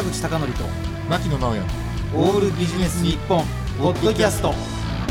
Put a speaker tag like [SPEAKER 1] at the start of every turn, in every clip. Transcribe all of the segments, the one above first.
[SPEAKER 1] 坂口孝則と
[SPEAKER 2] 牧野直哉
[SPEAKER 1] オールビジネス日本ポッドキャスト。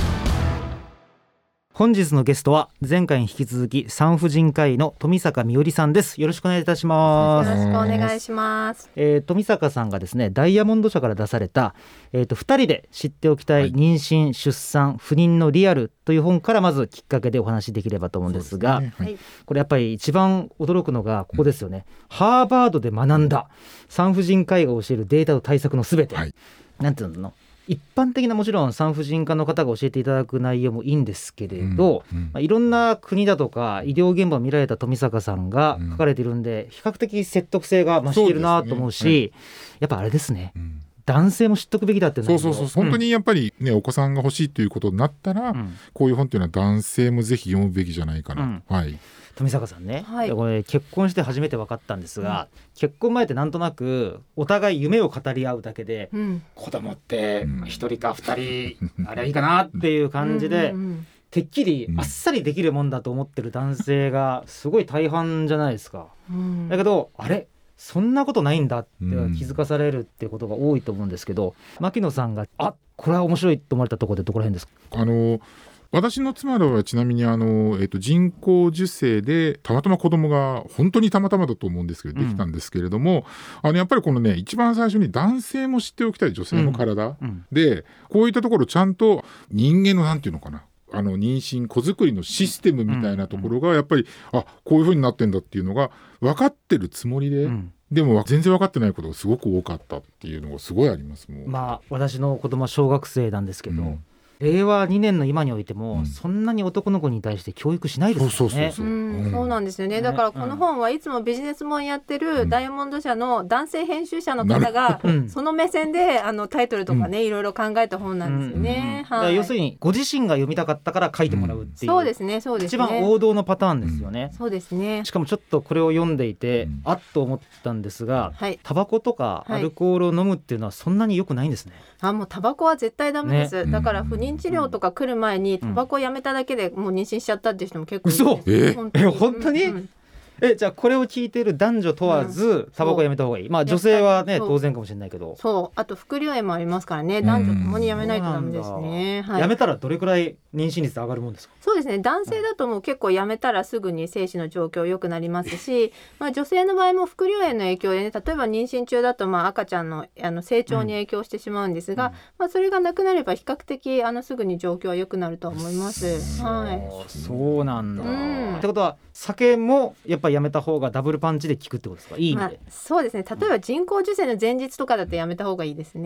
[SPEAKER 1] 本日のゲストは前回に引き続き産婦人科医の富坂美織さんです。よろしくお願いいたします。
[SPEAKER 3] よろしくお願いします。
[SPEAKER 1] 富坂さんがですね、ダイヤモンド社から出された、2人で知っておきたい妊娠、出産、不妊のリアルという本からまずきっかけでお話しできればと思うんですが、これやっぱり一番驚くのがここですよね。ハーバードで学んだ産婦人科医が教えるデータと対策のすべて、なんていうの、一般的なもちろん産婦人科の方が教えていただく内容もいいんですけれど、いろんな国だとか医療現場を見られた富坂さんが書かれているんで、比較的説得性が増しているなと思うし、やっぱあれですね、男性も知っとくべきだって
[SPEAKER 2] そう本当にやっぱりね、お子さんが欲しいということになったら、こういう本っていうのは男性もぜひ読むべきじゃないかな、
[SPEAKER 1] 富坂さんね、これ結婚して初めて分かったんですが、結婚前ってなんとなくお互い夢を語り合うだけで、子供って一人か二人あれはいいかなっていう感じで、てっきりあっさりできるもんだと思ってる男性がすごい大半じゃないですか、だけどあれそんなことないんだって気づかされるっていうことが多いと思うんですけど、牧野さんがこれは面白いと思われたところでどこら辺ですか？
[SPEAKER 2] 私の妻はちなみに人工授精でたまたま子供が本当にたまたまだと思うんですけどできたんですけれども、やっぱりこのね、一番最初に男性も知っておきたい女性の体、でこういったところちゃんと人間のなんていうのかな、妊娠子作りのシステムみたいなところがやっぱりこういう風になってんだっていうのが分かってるつもりで、でも全然分かってないことがすごく多かったっていうのがすごいあります。もう
[SPEAKER 1] 私の子供は小学生なんですけど、令和2年の今においても、そんなに男の子に対して教育しないですよね。
[SPEAKER 3] そうなんですよね。だからこの本はいつもビジネス本やってるダイヤモンド社の男性編集者の方が、その目線でタイトルとかね、いろいろ考えた本なんですよね。
[SPEAKER 1] 要するにご自身が読みたかったから書いてもらうっていう、
[SPEAKER 3] そうですね
[SPEAKER 1] 一番王道のパターンですよね。
[SPEAKER 3] そうですね。
[SPEAKER 1] しかもちょっとこれを読んでいて、あっと思ったんですが、タバコとかアルコールを飲むっていうのはそんなに良くないんですね。
[SPEAKER 3] もうタバコは絶対ダメです、だから不妊治療とか来る前にタバコをやめただけでもう妊娠しちゃったっていう人も結構いるんです。
[SPEAKER 1] 本当に、じゃあこれを聞いている男女問わず、タバコやめた方がいい。女性はね当然かもしれないけど、
[SPEAKER 3] あと副流炎もありますからね、男女ともにやめないとダメですね。
[SPEAKER 1] やめたらどれくらい妊娠率上がるもんですか？
[SPEAKER 3] そうですね、男性だともう結構やめたらすぐに精子の状況良くなりますし、女性の場合も副流炎の影響でね、例えば妊娠中だと赤ちゃんの成長に影響してしまうんですが、それがなくなれば比較的すぐに状況は良くなると思います。
[SPEAKER 1] そうなんだ、ってことは酒もやっぱりやめた方がダブルパンチで効くってことですか？いい意味で、
[SPEAKER 3] そうですね。例えば人工授精の前日とかだとやめた方がいいです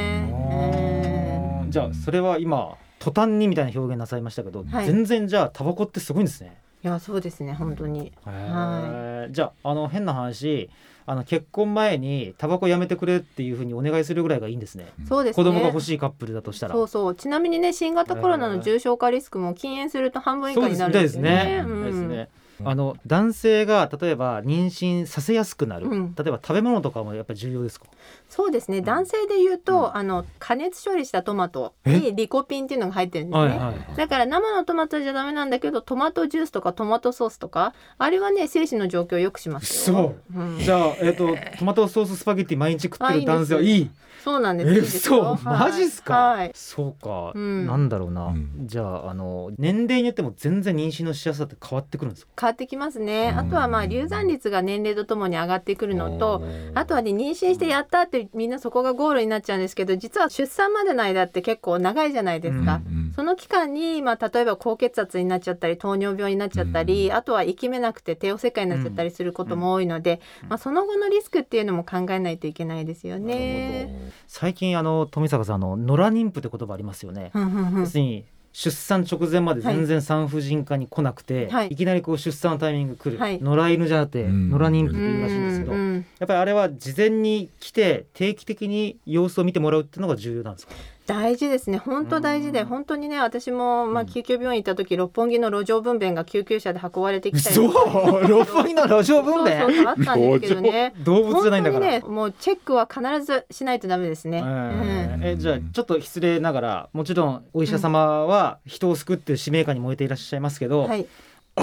[SPEAKER 3] ね。
[SPEAKER 1] じゃあそれは今途端にみたいな表現なさいましたけど、全然じゃあタバコってすごいんですね。
[SPEAKER 3] いやそうですね、本当に。
[SPEAKER 1] じゃあ変な話、結婚前にタバコやめてくれっていうふうにお願いするぐらいがいいんですね。
[SPEAKER 3] そうですね。
[SPEAKER 1] 子供が欲しいカップルだとしたら。
[SPEAKER 3] ちなみにね、新型コロナの重症化リスクも禁煙すると半分以下になるんですよね。
[SPEAKER 1] 男性が例えば妊娠させやすくなる、例えば食べ物とかもやっぱり重要ですか？
[SPEAKER 3] そうですね、男性で言うと、加熱処理したトマトにリコピンっていうのが入ってるんですね、だから生のトマトじゃダメなんだけど、トマトジュースとかトマトソースとかあれはね、精子の状況を良くしますよ。
[SPEAKER 1] じゃあ、トマトソーススパゲッティ毎日食ってる男性はいい？
[SPEAKER 3] そうなんです。
[SPEAKER 1] そうマジっすか？そうか、なんだろうな、じゃあ年齢によっても全然妊娠のしやすさって変わってくるんですか？
[SPEAKER 3] 変わってきますね。あとは流産率が年齢とともに上がってくるのと、あとはね、妊娠してやったってみんなそこがゴールになっちゃうんですけど、実は出産までの間って結構長いじゃないですか、その期間に、例えば高血圧になっちゃったり糖尿病になっちゃったり、あとは生きめなくて帝王切開になっちゃったりすることも多いので、その後のリスクっていうのも考えないといけないですよね。
[SPEAKER 1] 最近富坂さん野良妊婦って言葉ありますよね。要するに出産直前まで全然産婦人科に来なくて、いきなり出産のタイミング来る、野良犬じゃなくて野良妊婦っていうらしいんですけど、やっぱりあれは事前に来て定期的に様子を見てもらうっていうのが重要なんですか？
[SPEAKER 3] 大事ですね、本当大事で、本当にね、私も、救急病院行った時、六本木の路上分娩が救急車で運ばれてきたり、
[SPEAKER 1] 六本木の路上分娩
[SPEAKER 3] あったんですけどね、
[SPEAKER 1] 動物じゃないんだから、
[SPEAKER 3] 本当にね、もうチェックは必ずしないとダメですね。
[SPEAKER 1] じゃあちょっと失礼ながら、もちろんお医者様は人を救っていう使命感に燃えていらっしゃいますけど、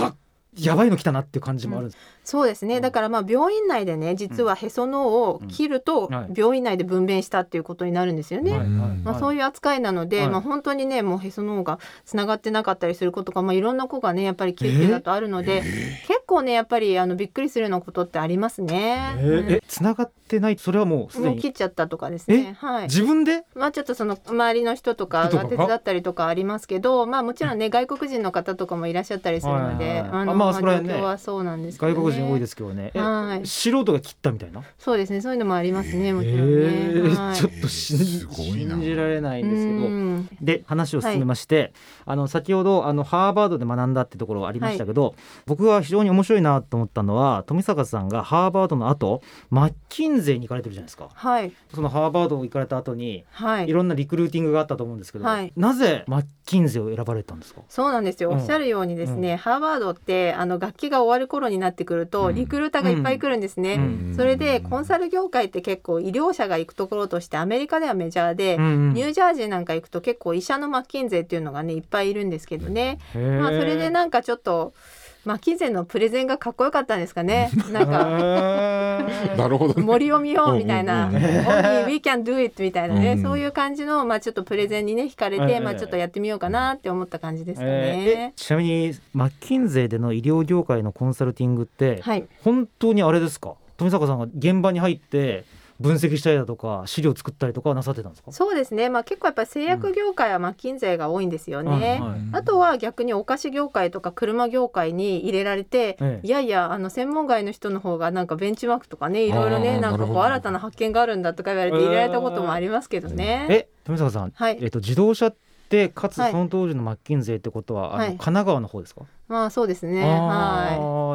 [SPEAKER 1] やばいの来たなっていう感じもあるんです、
[SPEAKER 3] そうですね。だからまあ病院内でね、実はへその緒を切ると病院内で分娩したっていうことになるんですよね。まあ、そういう扱いなので、まあ、本当にねもうへその緒がつながってなかったりすることが、まあ、いろんな子がねやっぱり救急だとあるので、結構ねやっぱりびっくりするようなことってありますね。
[SPEAKER 1] つながってない、それはもうすでに
[SPEAKER 3] もう切っちゃったとかですね。はい、
[SPEAKER 1] 自分で、
[SPEAKER 3] まあ、ちょっとその周りの人とかが手伝ったりとかありますけど、まあ、もちろんね外国人の方とかもいらっしゃったりするので、
[SPEAKER 1] まあそれはね、
[SPEAKER 3] 状況はそうなんですけどね、
[SPEAKER 1] 外国人多いですけどね、
[SPEAKER 3] はい、
[SPEAKER 1] 素人が切ったみたいな。
[SPEAKER 3] そうですね、そういうのもありますね、もちろんね、はい、
[SPEAKER 1] ちょっと信じられないんですけど、で話を進めまして、はい、先ほどハーバードで学んだってところありましたけど、はい、僕が非常に面白いなと思ったのは、富坂さんがハーバードの後マッキンゼーに行かれてるじゃないですか、はい、そのハーバードを行かれた後に、はい、いろんなリクルーティングがあったと思うんですけど、はい、なぜマッキンゼーを選ばれたんですか？
[SPEAKER 3] そうなんですよ、おっしゃるようにですね、ハーバードって学期が終わる頃になってくるとリクルーターがいっぱい来るんですね、それでコンサル業界って結構医療者が行くところとしてアメリカではメジャーで、ニュージャージーなんか行くと結構医者のマッキンゼーっていうのがねいっぱいいるんですけどね、まあ、それでなんかちょっとマッキンゼーのプレゼンがかっこよかったんですかね。なんか
[SPEAKER 2] なるほど、ね、
[SPEAKER 3] 森を見ようみたいなOnly we can do it みたいなね、そういう感じの、まあ、ちょっとプレゼンにね惹かれて、まあ、ちょっとやってみようかなって思った感じですかね。
[SPEAKER 1] ちなみにマッキンゼーでの医療業界のコンサルティングって、はい、本当にあれですか？富坂さんが現場に入って分析したりだとか資料作ったりとかはなさってたんですか？そうですね、
[SPEAKER 3] まあ、結構やっぱり製薬業界はマッキンゼーが多いんですよね、あとは逆にお菓子業界とか車業界に入れられて、いやいや専門外の人の方がなんかベンチマークとかねいろいろねなんかこう新たな発見があるんだとか言われて入れられたこともありますけどね。
[SPEAKER 1] 富坂さん、はい、自動車ってかつその当時のマッキンゼーってことは、神奈川の方ですか？
[SPEAKER 3] まあそうですね、はい、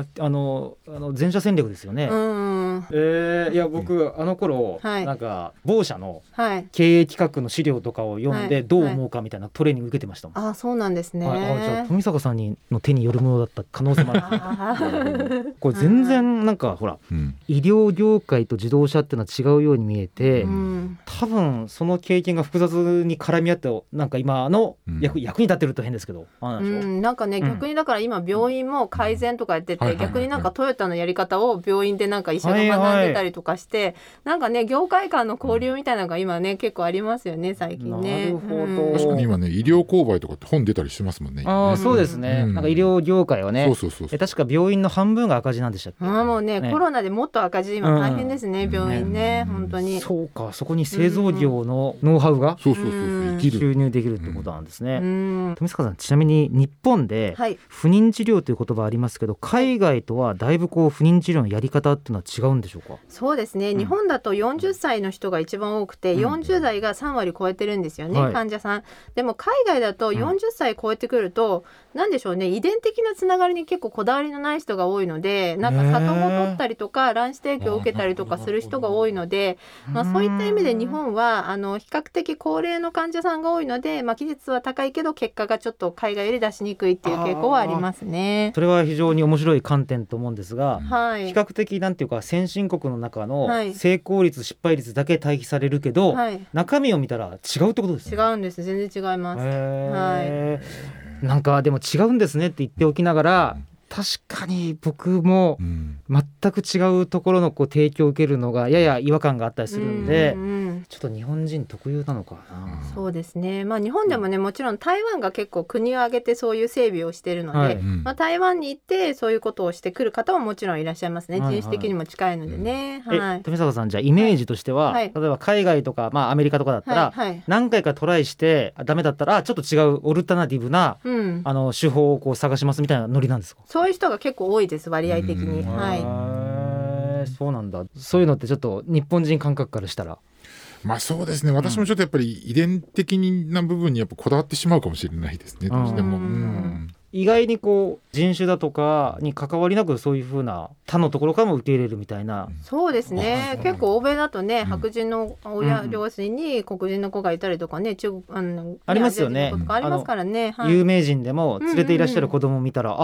[SPEAKER 1] 全社戦略ですよね。いや僕頃、なんか某社の経営企画の資料とかを読んでどう思うかみたいなトレーニング受けてましたもん。
[SPEAKER 3] あ、そうなんですね。
[SPEAKER 1] じゃあ富坂さんの手によるものだった可能性もあるこれ全然なんかほら、医療業界と自動車っていうのは違うように見えて、多分その経験が複雑に絡み合ってなんか今の役に立ってると変ですけど、
[SPEAKER 3] なんかね逆にだから今病院も改善とかやってて、逆になんかトヨタのやり方を病院でなんか医者が学んでたりとかして、なんかね業界間の交流みたいなのが今ね結構ありますよね最近ね。
[SPEAKER 1] なるほど、
[SPEAKER 2] 確かに今ね医療購買とかって本出たりしてますもんね。
[SPEAKER 1] そうですね、なんか医療業界はね、確か病院の半分が赤字なんでしたっけ？
[SPEAKER 3] もうねコロナでもっと赤字今大変ですね、病院ね、本当に。
[SPEAKER 1] そうか、そこに製造業のノウハウが収入できるってことなんですね。富坂さん、ちなみに日本で不妊治療という言葉ありますけど、海外とはだいぶこう不妊治療のやり方っていうのは違うんでしょうか？
[SPEAKER 3] そうですね、日本だと40歳の人が一番多くて、40代が3割超えてるんですよね、患者さん。でも海外だと40歳超えてくると、なんでしょうね、遺伝的なつながりに結構こだわりのない人が多いので、なんか里子を取ったりとか卵子提供を受けたりとかする人が多いので、そういった意味で日本は比較的高齢の患者さんが多いので、技術は高いけど結果がちょっと海外より出しにくいっていう傾向はありますね。
[SPEAKER 1] それは非常に面白い観点と思うんですが、比較的なんていうか先進国の中の成功率、失敗率だけ対比されるけど、中身を見たら違うってことですね。
[SPEAKER 3] 違うんです、全然違います。
[SPEAKER 1] なんかでも違うんですねって言っておきながら、確かに僕も全く違うところの提供を受けるのがやや違和感があったりするんで、ちょっと日本人特有なのかな。
[SPEAKER 3] そうですね、日本でもねもちろん台湾が結構国を挙げてそういう整備をしているので、台湾に行ってそういうことをしてくる方ももちろんいらっしゃいますね、人種的にも近いのでね。
[SPEAKER 1] 富坂さん、じゃあイメージとしては、例えば海外とか、アメリカとかだったら、何回かトライしてダメだったらちょっと違うオルタナティブな、手法を探しますみたいなノリなんですか？
[SPEAKER 3] そういう人が結構多いです、割合的に。
[SPEAKER 1] そうなんだ。そういうのってちょっと日本人感覚からしたら、
[SPEAKER 2] そうですね、私もちょっとやっぱり遺伝的な部分にやっぱこだわってしまうかもしれないですね、どうしても。
[SPEAKER 1] 意外に人種だとかに関わりなくそういう風な他のところからも受け入れるみたいな。
[SPEAKER 3] そうですね、結構欧米だとね、白人の両親に黒人の子がいたりとかね、
[SPEAKER 1] ありますよね。
[SPEAKER 3] ありますからね。
[SPEAKER 1] 有名人でも連れていらっしゃる子供を見たら、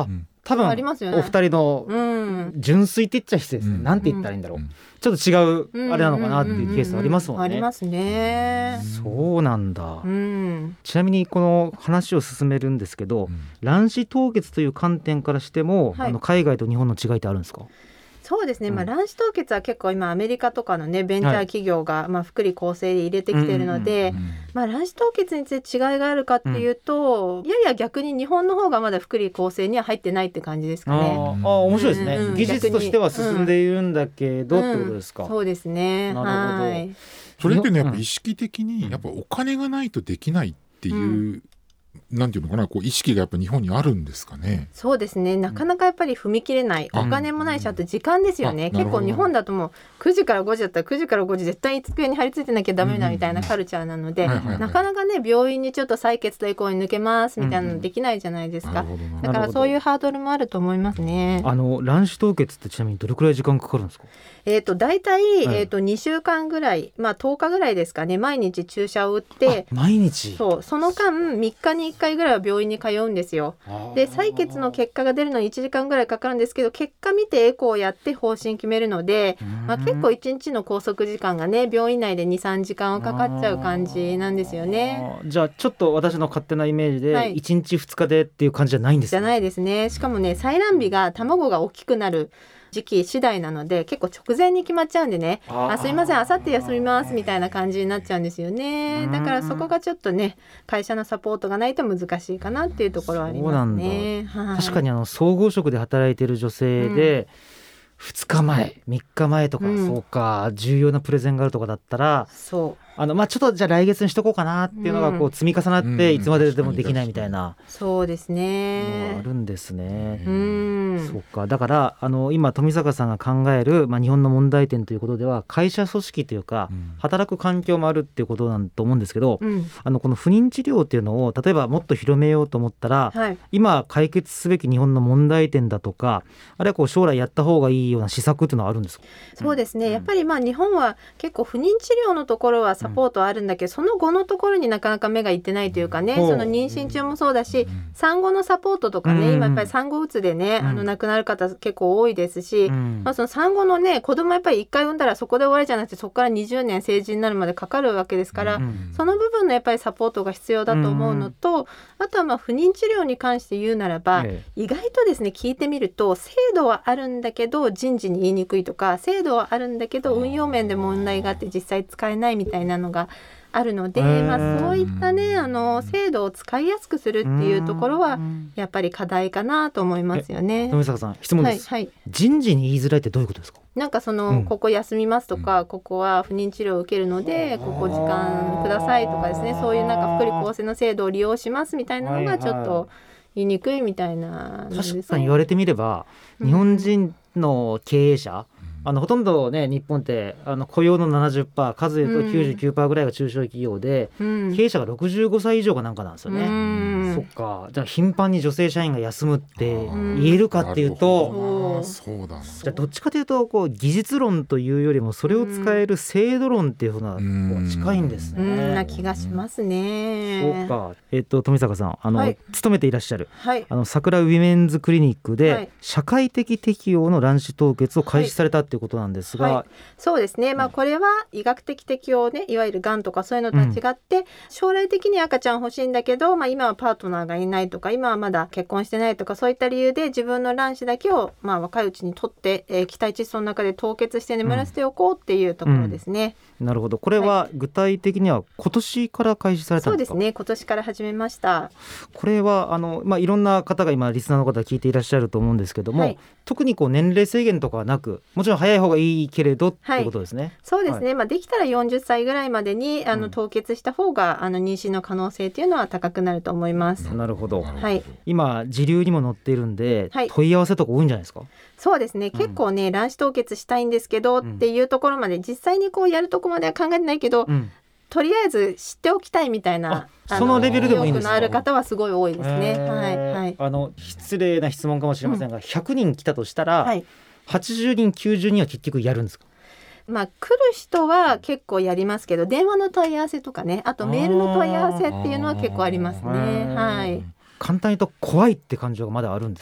[SPEAKER 1] 多分
[SPEAKER 3] ありますよね。
[SPEAKER 1] お二人の純粋って言っちゃ失礼ですね、なんて言ったらいいんだろう、ちょっと違うあれなのかなっていうケースありますもんね。
[SPEAKER 3] ありますね。
[SPEAKER 1] そうなんだ、ちなみにこの話を進めるんですけど、卵子凍結という観点からしても、海外と日本の違いってあるんですか？
[SPEAKER 3] そうですね、卵子凍結は結構今アメリカとかのねベンチャー企業が、福利厚生で入れてきているので、卵子凍結について違いがあるかっていうと、やや逆に日本の方がまだ福利厚生には入ってないって感じですかね。
[SPEAKER 1] 面白いですね、技術としては進んでいるんだけど、ってことですか？
[SPEAKER 3] そうですね。
[SPEAKER 1] なるほど。
[SPEAKER 3] はい、
[SPEAKER 2] それってねやっぱ意識的にやっぱお金がないとできないっていう、なんていうのかな、こう意識がやっぱ日本にあるんですかね。
[SPEAKER 3] そうですね、なかなかやっぱり踏み切れない、お金もないし、あと時間ですよね。結構日本だともう9時から5時だったら9時から5時絶対机に張り付いてなきゃダメだみたいなカルチャーなので、なかなかね病院にちょっと採血とエコーに抜けますみたいなのできないじゃないですか。だからそういうハードルもあると思いますね。
[SPEAKER 1] 卵子凍結ってちなみにどれくらい時間かかるんですか？
[SPEAKER 3] だいたい2週間ぐらい、10日ぐらいですかね、毎日注射を打って、
[SPEAKER 1] 毎日
[SPEAKER 3] その間3日に1回ぐらいは病院に通うんですよ。で採血の結果が出るのに1時間ぐらいかかるんですけど、結果見てエコーをやって方針決めるので、結構1日の拘束時間がね病院内で 2,3 時間はかかっちゃう感じなんですよね。
[SPEAKER 1] じゃあちょっと私の勝手なイメージで、1日2日でっていう感じじゃないんですね。
[SPEAKER 3] じゃないですね。しかもね採卵日が卵が大きくなる時期次第なので結構直前に決まっちゃうんでね、すいません明後日休みますみたいな感じになっちゃうんですよね。だからそこがちょっとね会社のサポートがないと難しいかなっていうところはありますね。
[SPEAKER 1] 確かに総合職で働いている女性で、2日前3日前とか、そうか重要なプレゼンがあるとかだったら、ちょっとじゃあ来月にしとこうかなっていうのがこう積み重なって、いつまででもできないみたいな、
[SPEAKER 3] そうですね、
[SPEAKER 1] あるんですね。そうか、だから今富坂さんが考える、日本の問題点ということでは会社組織というか、働く環境もあるっていうことなんと思うんですけど、この不妊治療っていうのを例えばもっと広めようと思ったら、今解決すべき日本の問題点だとか、あるいはこう将来やった方がいいような施策っていうのはあるんですか？
[SPEAKER 3] そうですね、やっぱり日本は結構不妊治療のところはサポートあるんだけど、その後のところになかなか目がいってないというかね、その妊娠中もそうだし、産後のサポートとかね、今やっぱり産後うつでね、亡くなる方結構多いですし、その産後のね子供やっぱり1回産んだらそこで終わりじゃなくて、そこから20年成人になるまでかかるわけですから、その部分のやっぱりサポートが必要だと思うのと、あとは不妊治療に関して言うならば、意外とですね聞いてみると制度はあるんだけど人事に言いにくいとか、制度はあるんだけど運用面で問題があって実際使えないみたいなのがあるので、そういったね制度を使いやすくするっていうところはやっぱり課題かなと思いますよね。
[SPEAKER 1] 富坂さん質問です、人事に言いづらいってどういうことですか？
[SPEAKER 3] なんかここ休みますとか、ここは不妊治療を受けるのでここ時間くださいとかですね、そういうなんか福利厚生の制度を利用しますみたいなのがちょっと言いにくいみたいな、
[SPEAKER 1] 確かに言われてみれば、日本人の経営者、ほとんどね日本って雇用の 70%、 数言うと 99% ぐらいが中小企業で、経営者が65歳以上がなんかなんですよね。そっか、じゃあ頻繁に女性社員が休むって言えるかっていうと、
[SPEAKER 2] そうだな、
[SPEAKER 1] じゃあどっちかというとこう技術論というよりもそれを使える制度論っていうふうな近いんですね。
[SPEAKER 3] な気がしますね。
[SPEAKER 1] そうか、富坂さん勤めていらっしゃる、桜ウィメンズクリニックで、社会的適用の卵子凍結を開始されたっていうことなんですが、
[SPEAKER 3] そうですね、これは医学的適用ね、いわゆるがんとかそういうのとは違って、将来的に赤ちゃん欲しいんだけど、今はパートナーがいないとか、今はまだ結婚してないとか、そういった理由で自分の卵子だけを若いうちに取って、気体窒素の中で凍結して眠らせておこうっていうところですね。
[SPEAKER 1] なるほど。これは具体的には今年から開始されたんですか？
[SPEAKER 3] そうですね、今年から始めました。
[SPEAKER 1] これはいろんな方が今リスナーの方聞いていらっしゃると思うんですけども、特に年齢制限とかはなく、もちろん早い方がいいけれどっていうことですね。
[SPEAKER 3] そうですね、できたら40歳ぐらいまでに凍結した方が妊娠の可能性というのは高くなると思います。
[SPEAKER 1] なるほど、今時流にも載っているんで、問い合わせとか多いんじゃないですか？
[SPEAKER 3] そうですね、結構ね卵子凍結したいんですけどっていうところまで、実際にやるとこまでは考えてないけど、とりあえず知っておきたいみたいな、
[SPEAKER 1] そのレベルでもいいんですか？
[SPEAKER 3] 意欲のある方はすごい多いですね。
[SPEAKER 1] 失礼な質問かもしれませんが、100人来たとしたら、80人90人は結局やるんですか？
[SPEAKER 3] 来る人は結構やりますけど、電話の問い合わせとかね、あとメールの問い合わせっていうのは結構ありますね。
[SPEAKER 1] 簡単に言うと怖いって感情がまだあるんですかね？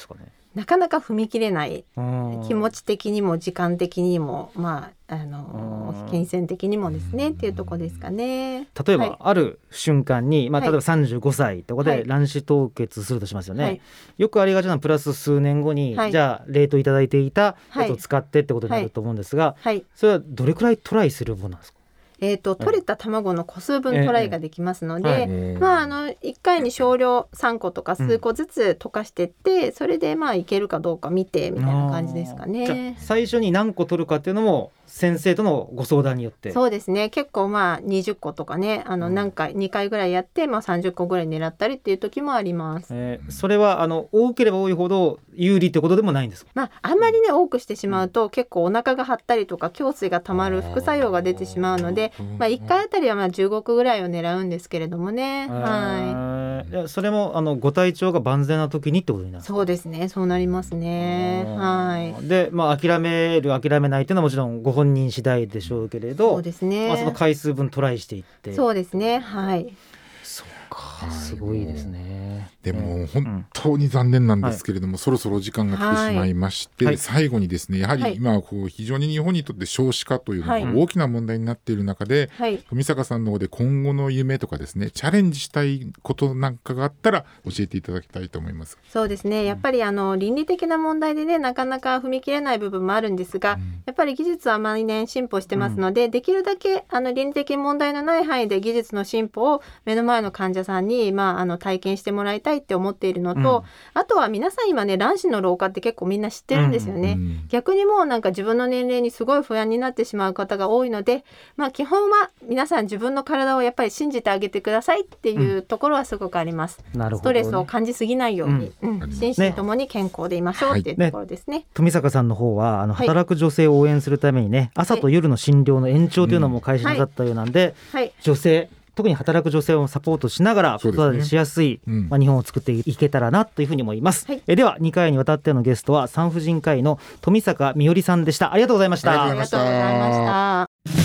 [SPEAKER 3] なかなか踏み切れない、気持ち的にも時間的にも、金銭的にもですねっていうところですかね。
[SPEAKER 1] 例えば、ある瞬間に、例えば35歳とかで卵子凍結するとしますよね、よくありがちなプラス数年後に、じゃあ冷凍いただいていたやつを使ってってことになると思うんですが、それはどれくらいトライするものなんですか？
[SPEAKER 3] 取れた卵の個数分トライができますので、1回に少量3個とか数個ずつ溶かしていって、それでいけるかどうか見てみたいな感じですかね。
[SPEAKER 1] じゃあ最初に何個取るかっていうのも先生とのご相談によって。
[SPEAKER 3] そうですね、結構20個とかね、何回2回ぐらいやって、30個ぐらい狙ったりっていう時もあります。
[SPEAKER 1] それは多ければ多いほど有利ってことでもないんですか？
[SPEAKER 3] あんまりね多くしてしまうと、結構お腹が張ったりとか胸水がたまる副作用が出てしまうので、1回あたりは15個ぐらいを狙うんですけれどもね。
[SPEAKER 1] それもご体調が万全な時にってことになる？
[SPEAKER 3] そうですね、そうなりますね。
[SPEAKER 1] で、諦める諦めないっていうのはもちろんご本人次第でしょうけれど、
[SPEAKER 3] そうですね、
[SPEAKER 1] その回数分トライしていって。
[SPEAKER 3] そうですね、
[SPEAKER 1] そうか、すごいですね。
[SPEAKER 2] でも本当に残念なんですけれども、そろそろお時間が来てしまいまして、最後にですね、やはり今非常に日本にとって少子化というのが大きな問題になっている中で、富坂さんの方で今後の夢とかですね、チャレンジしたいことなんかがあったら教えていただきたいと思います。
[SPEAKER 3] そうですね、やっぱり倫理的な問題でね、なかなか踏み切れない部分もあるんですが、やっぱり技術は毎年進歩してますので、できるだけ倫理的問題のない範囲で技術の進歩を目の前の患者さんに、体験してもらいたいって思っているのと、あとは皆さん今ね、卵子の老化って結構みんな知ってるんですよね。逆にもう自分の年齢にすごい不安になってしまう方が多いので、基本は皆さん自分の体をやっぱり信じてあげてくださいっていうところはすごくあります。ストレスを感じすぎないように、心身ともに健康でいましょうっていうところですね。
[SPEAKER 1] 富坂さんの方は働く女性を応援するためにね、朝と夜の診療の延長というのも開始なさったようなんで、女性特に働く女性をサポートしながら子育てしやすい、日本を作っていけたらなというふうに思います。では2回にわたってのゲストは産婦人科医の富坂美織さんでした。ありがとうございました。
[SPEAKER 3] ありがとうございました。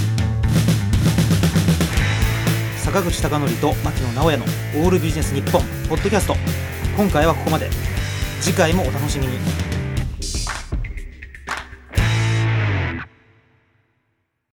[SPEAKER 1] 坂口孝則と牧野直哉のオールビジネス日本ポッドキャスト、今回はここまで。次回もお楽しみに。